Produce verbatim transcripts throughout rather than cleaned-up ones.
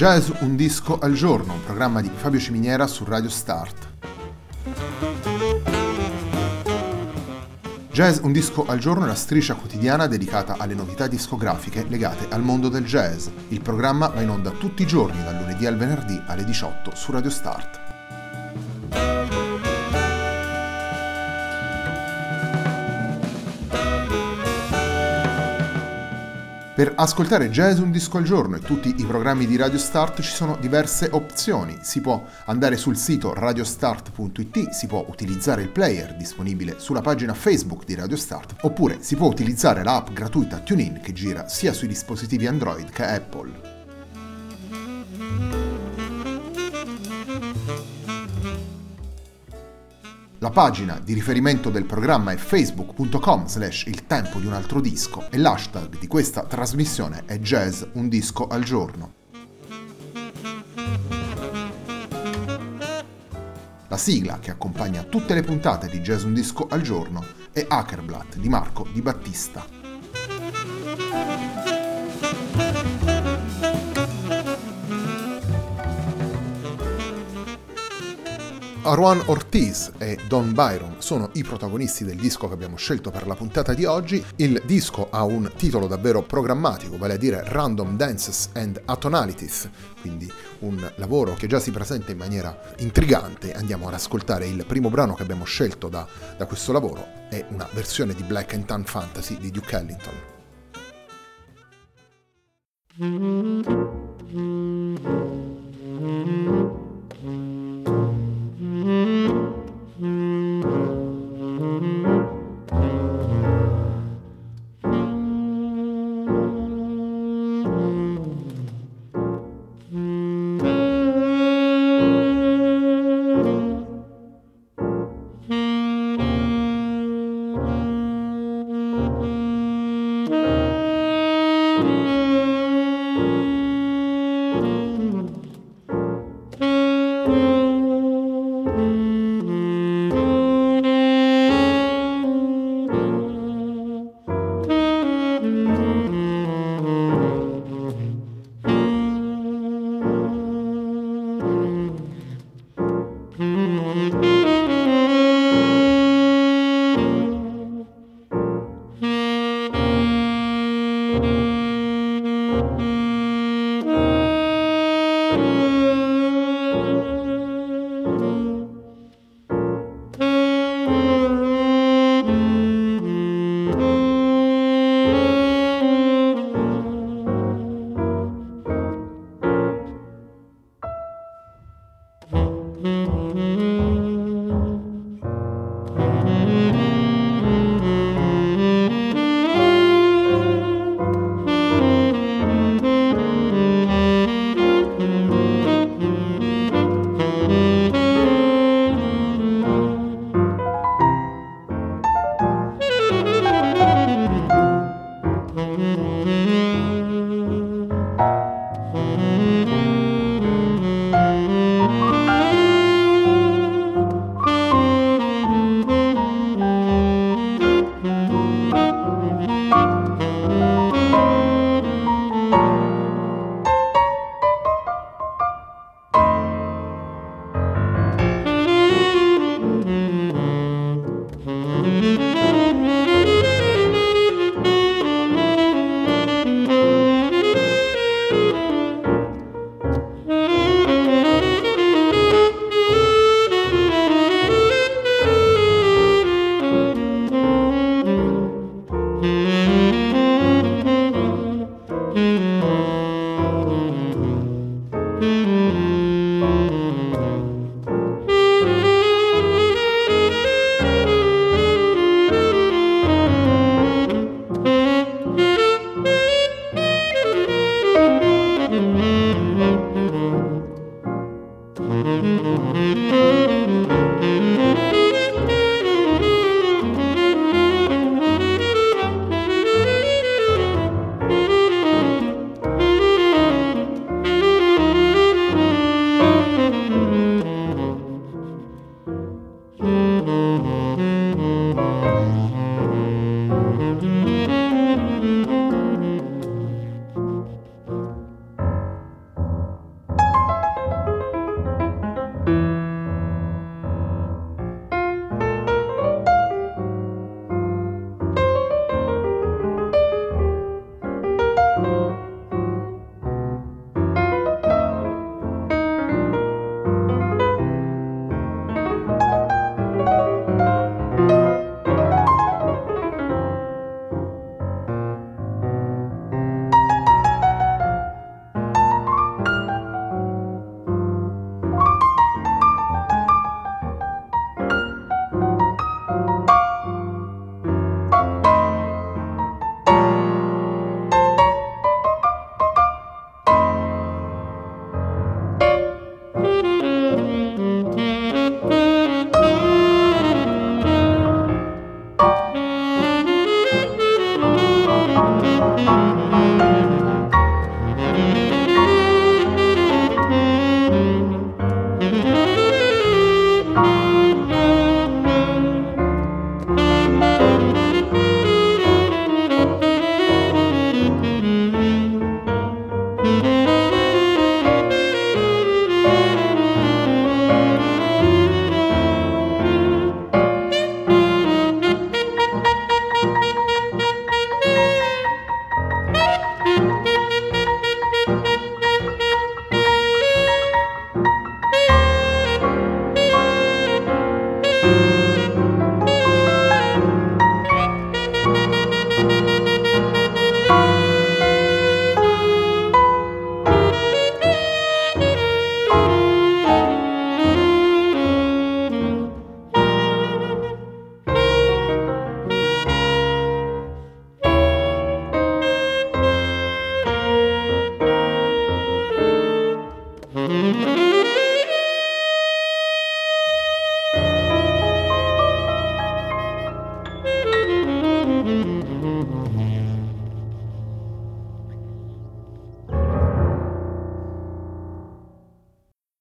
Jazz un disco al giorno, un programma di Fabio Ciminiera su Radio Start. Jazz un disco al giorno è la striscia quotidiana dedicata alle novità discografiche legate al mondo del jazz. Il programma va in onda tutti i giorni, dal lunedì al venerdì alle diciotto su Radio Start. Per ascoltare Jazz un disco al giorno e tutti i programmi di Radio Start ci sono diverse opzioni. Si può andare sul sito radiostart punto it, si può utilizzare il player disponibile sulla pagina Facebook di Radio Start, oppure si può utilizzare l'app gratuita TuneIn che gira sia sui dispositivi Android che Apple. La pagina di riferimento del programma è facebook punto com slash il tempo di un altro disco e l'hashtag di questa trasmissione è Jazz un disco al giorno. La sigla che accompagna tutte le puntate di Jazz un disco al giorno è Hackerblatt di Marco Di Battista. Juan Ortiz e Don Byron sono i protagonisti del disco che abbiamo scelto per la puntata di oggi. Il disco ha un titolo davvero programmatico, vale a dire Random Dances and Atonalities, quindi un lavoro che già si presenta in maniera intrigante. Andiamo ad ascoltare il primo brano che abbiamo scelto da, da questo lavoro, è una versione di Black and Tan Fantasy di Duke Ellington.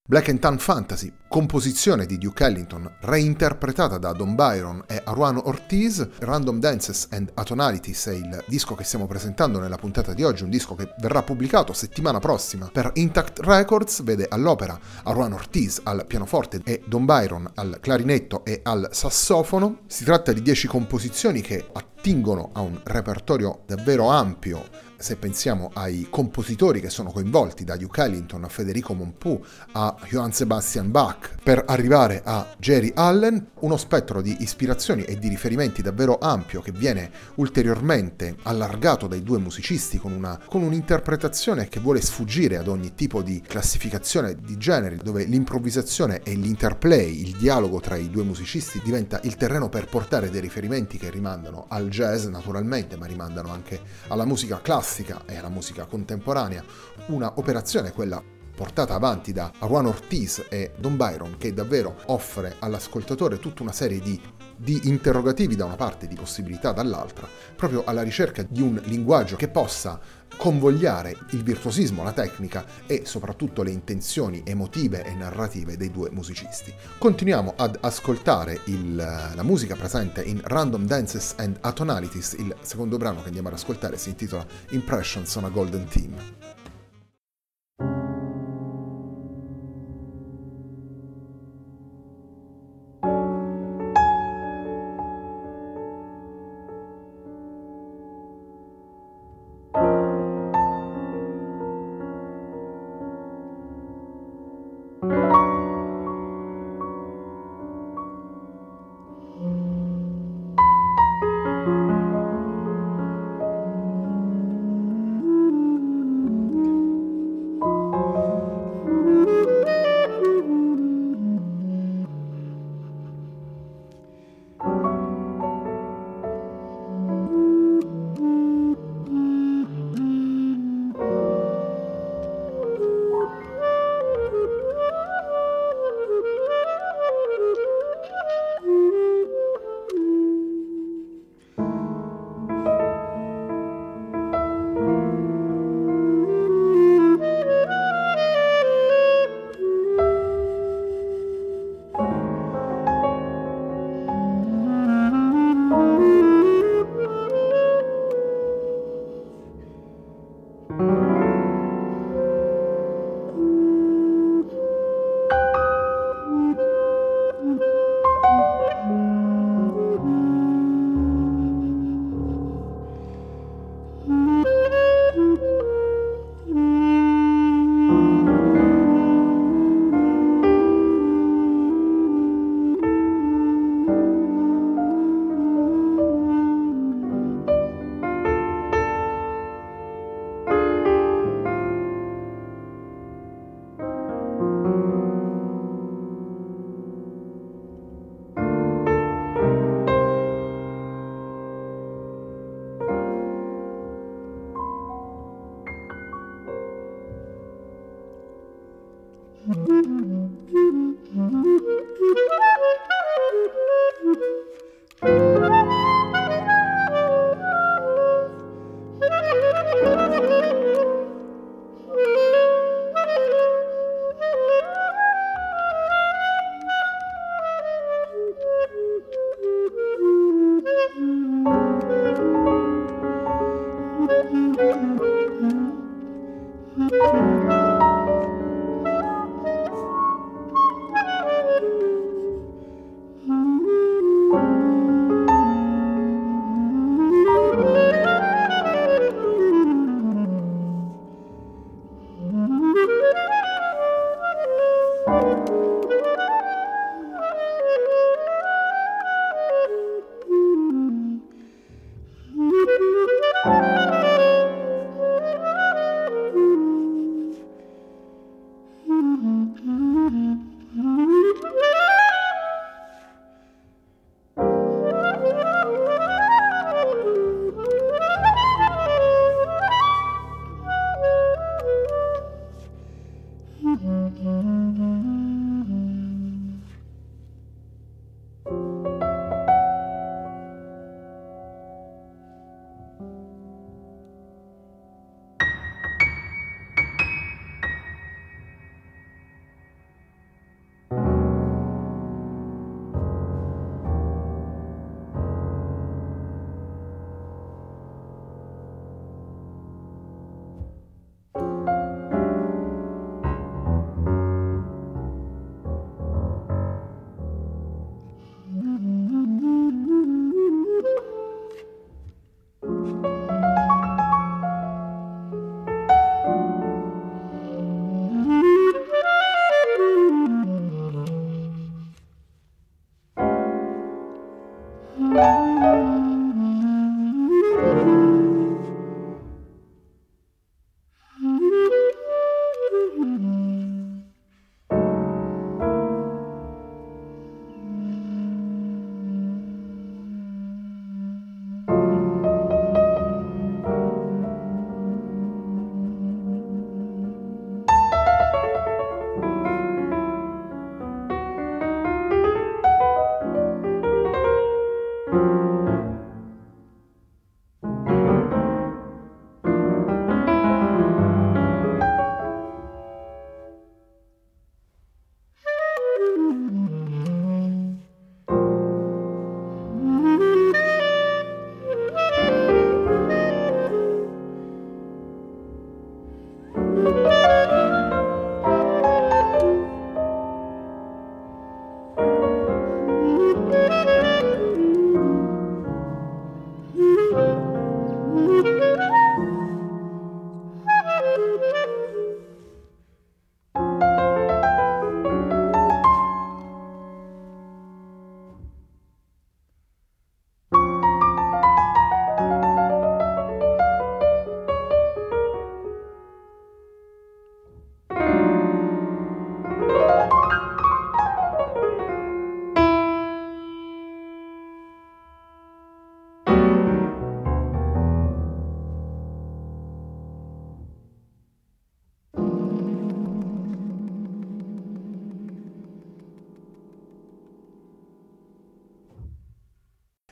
Black and Tan Fantasy, composizione di Duke Ellington, reinterpretata da Don Byron e Arjuan Ortiz. Random Dances and Atonalities è il disco che stiamo presentando nella puntata di oggi, un disco che verrà pubblicato settimana prossima per Intact Records, vede all'opera Arjuan Ortiz al pianoforte e Don Byron al clarinetto e al sassofono. Si tratta di dieci composizioni che attingono a un repertorio davvero ampio. Se pensiamo ai compositori che sono coinvolti, da Duke Ellington a Federico Mompou a Johann Sebastian Bach, per arrivare a Jerry Allen, uno spettro di ispirazioni e di riferimenti davvero ampio che viene ulteriormente allargato dai due musicisti con, una, con un'interpretazione che vuole sfuggire ad ogni tipo di classificazione di generi, dove l'improvvisazione e l'interplay, il dialogo tra i due musicisti diventa il terreno per portare dei riferimenti che rimandano al jazz naturalmente, ma rimandano anche alla musica classica e alla musica contemporanea. Una operazione, quella portata avanti da Arjuan Ortiz e Don Byron, che davvero offre all'ascoltatore tutta una serie di, di interrogativi da una parte, di possibilità dall'altra, proprio alla ricerca di un linguaggio che possa convogliare il virtuosismo, la tecnica e soprattutto le intenzioni emotive e narrative dei due musicisti. Continuiamo ad ascoltare il, la musica presente in Random Dances and Atonalities. Il secondo brano che andiamo ad ascoltare si intitola Impressions on a Golden Theme.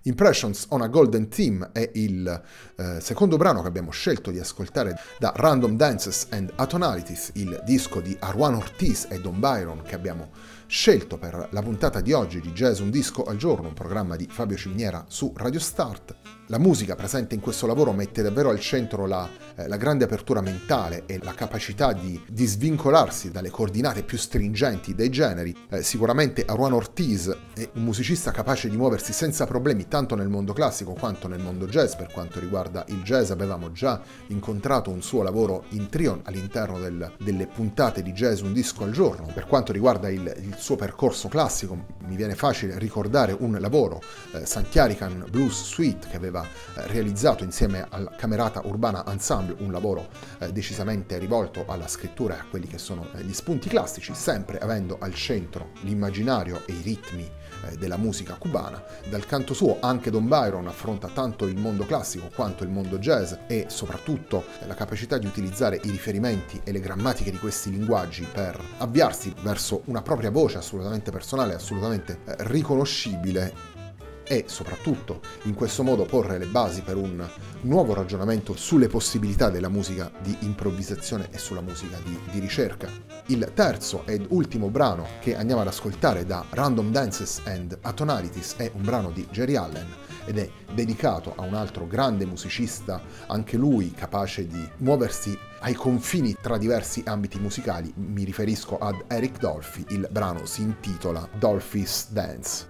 Impressions on a Golden Theme è il eh, secondo brano che abbiamo scelto di ascoltare da Random Dances and Atonalities, il disco di Arwan Ortiz e Don Byron che abbiamo scelto per la puntata di oggi di Jazz Un Disco al Giorno, un programma di Fabio Ciminiera su Radio Start. La musica presente in questo lavoro mette davvero al centro la, eh, la grande apertura mentale e la capacità di, di svincolarsi dalle coordinate più stringenti dei generi. Eh, sicuramente Arwan Ortiz è un musicista capace di muoversi senza problemi tanto nel mondo classico quanto nel mondo jazz. Per quanto riguarda il jazz avevamo già incontrato un suo lavoro in trio all'interno del, delle puntate di Jazz Un Disco al Giorno. Per quanto riguarda il, il suo percorso classico mi viene facile ricordare un lavoro, eh, Santiarican Blues Suite, che aveva realizzato insieme al Camerata Urbana Ensemble, un lavoro eh, decisamente rivolto alla scrittura e a quelli che sono eh, gli spunti classici, sempre avendo al centro l'immaginario e i ritmi eh, della musica cubana. Dal canto suo anche Don Byron affronta tanto il mondo classico quanto il mondo jazz e soprattutto eh, la capacità di utilizzare i riferimenti e le grammatiche di questi linguaggi per avviarsi verso una propria voce assolutamente personale, assolutamente eh, riconoscibile, e soprattutto in questo modo porre le basi per un nuovo ragionamento sulle possibilità della musica di improvvisazione e sulla musica di, di ricerca. Il terzo ed ultimo brano che andiamo ad ascoltare da Random Dances and Atonalities è un brano di Geri Allen ed è dedicato a un altro grande musicista, anche lui capace di muoversi ai confini tra diversi ambiti musicali. Mi riferisco ad Eric Dolphy. Il brano si intitola Dolphy's Dance.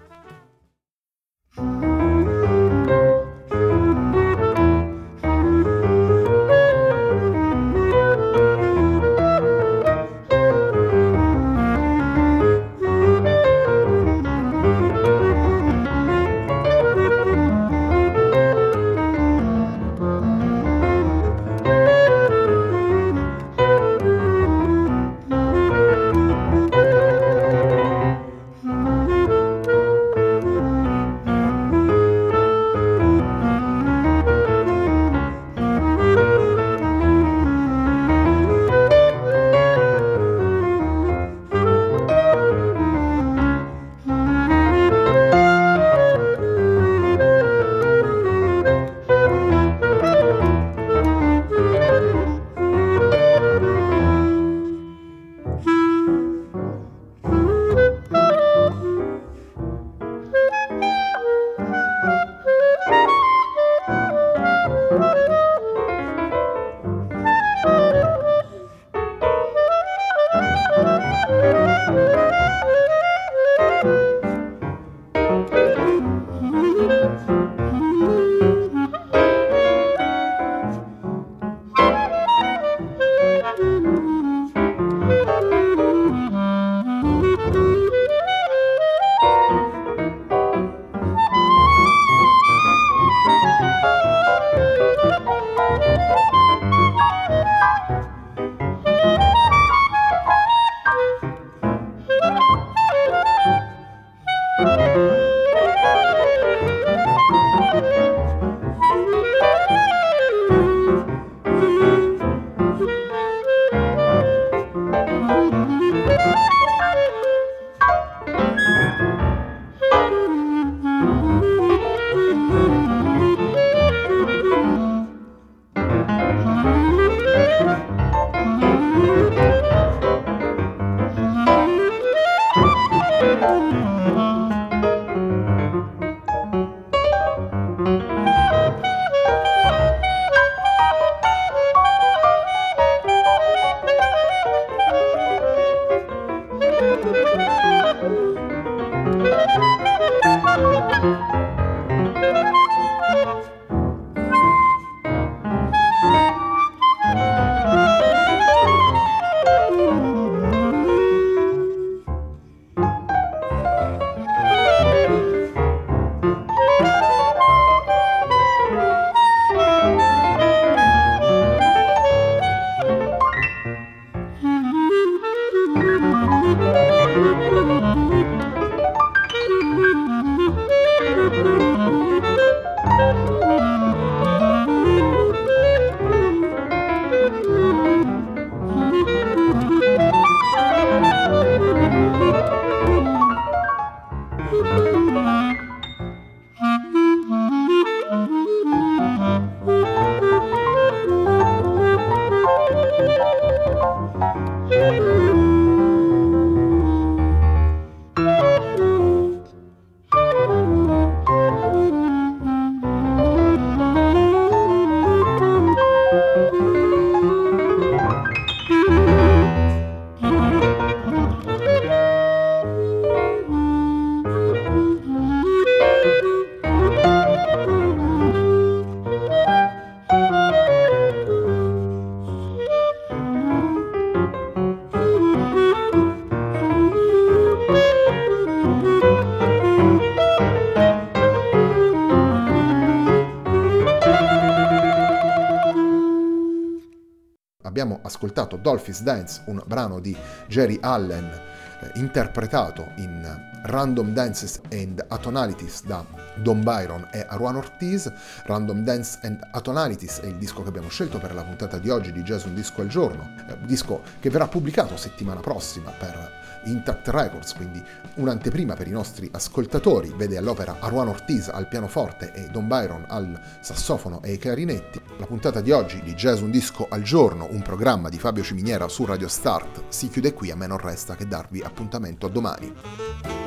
abbiamo ascoltato Dolphy's Dance, un brano di Geri Allen eh, interpretato in Random Dances and Atonalities da Don Byron e Arjuan Ortiz. Random Dance and Atonalities è il disco che abbiamo scelto per la puntata di oggi di Jazz Un Disco al Giorno, eh, disco che verrà pubblicato settimana prossima per Intact Records, quindi un'anteprima per i nostri ascoltatori. Vede all'opera Arjuan Ortiz al pianoforte e Don Byron al sassofono e ai clarinetti. La puntata di oggi di Jazz Un Disco al Giorno, un programma di Fabio Ciminiera su Radio Start, si chiude qui. A me non resta che darvi appuntamento a domani.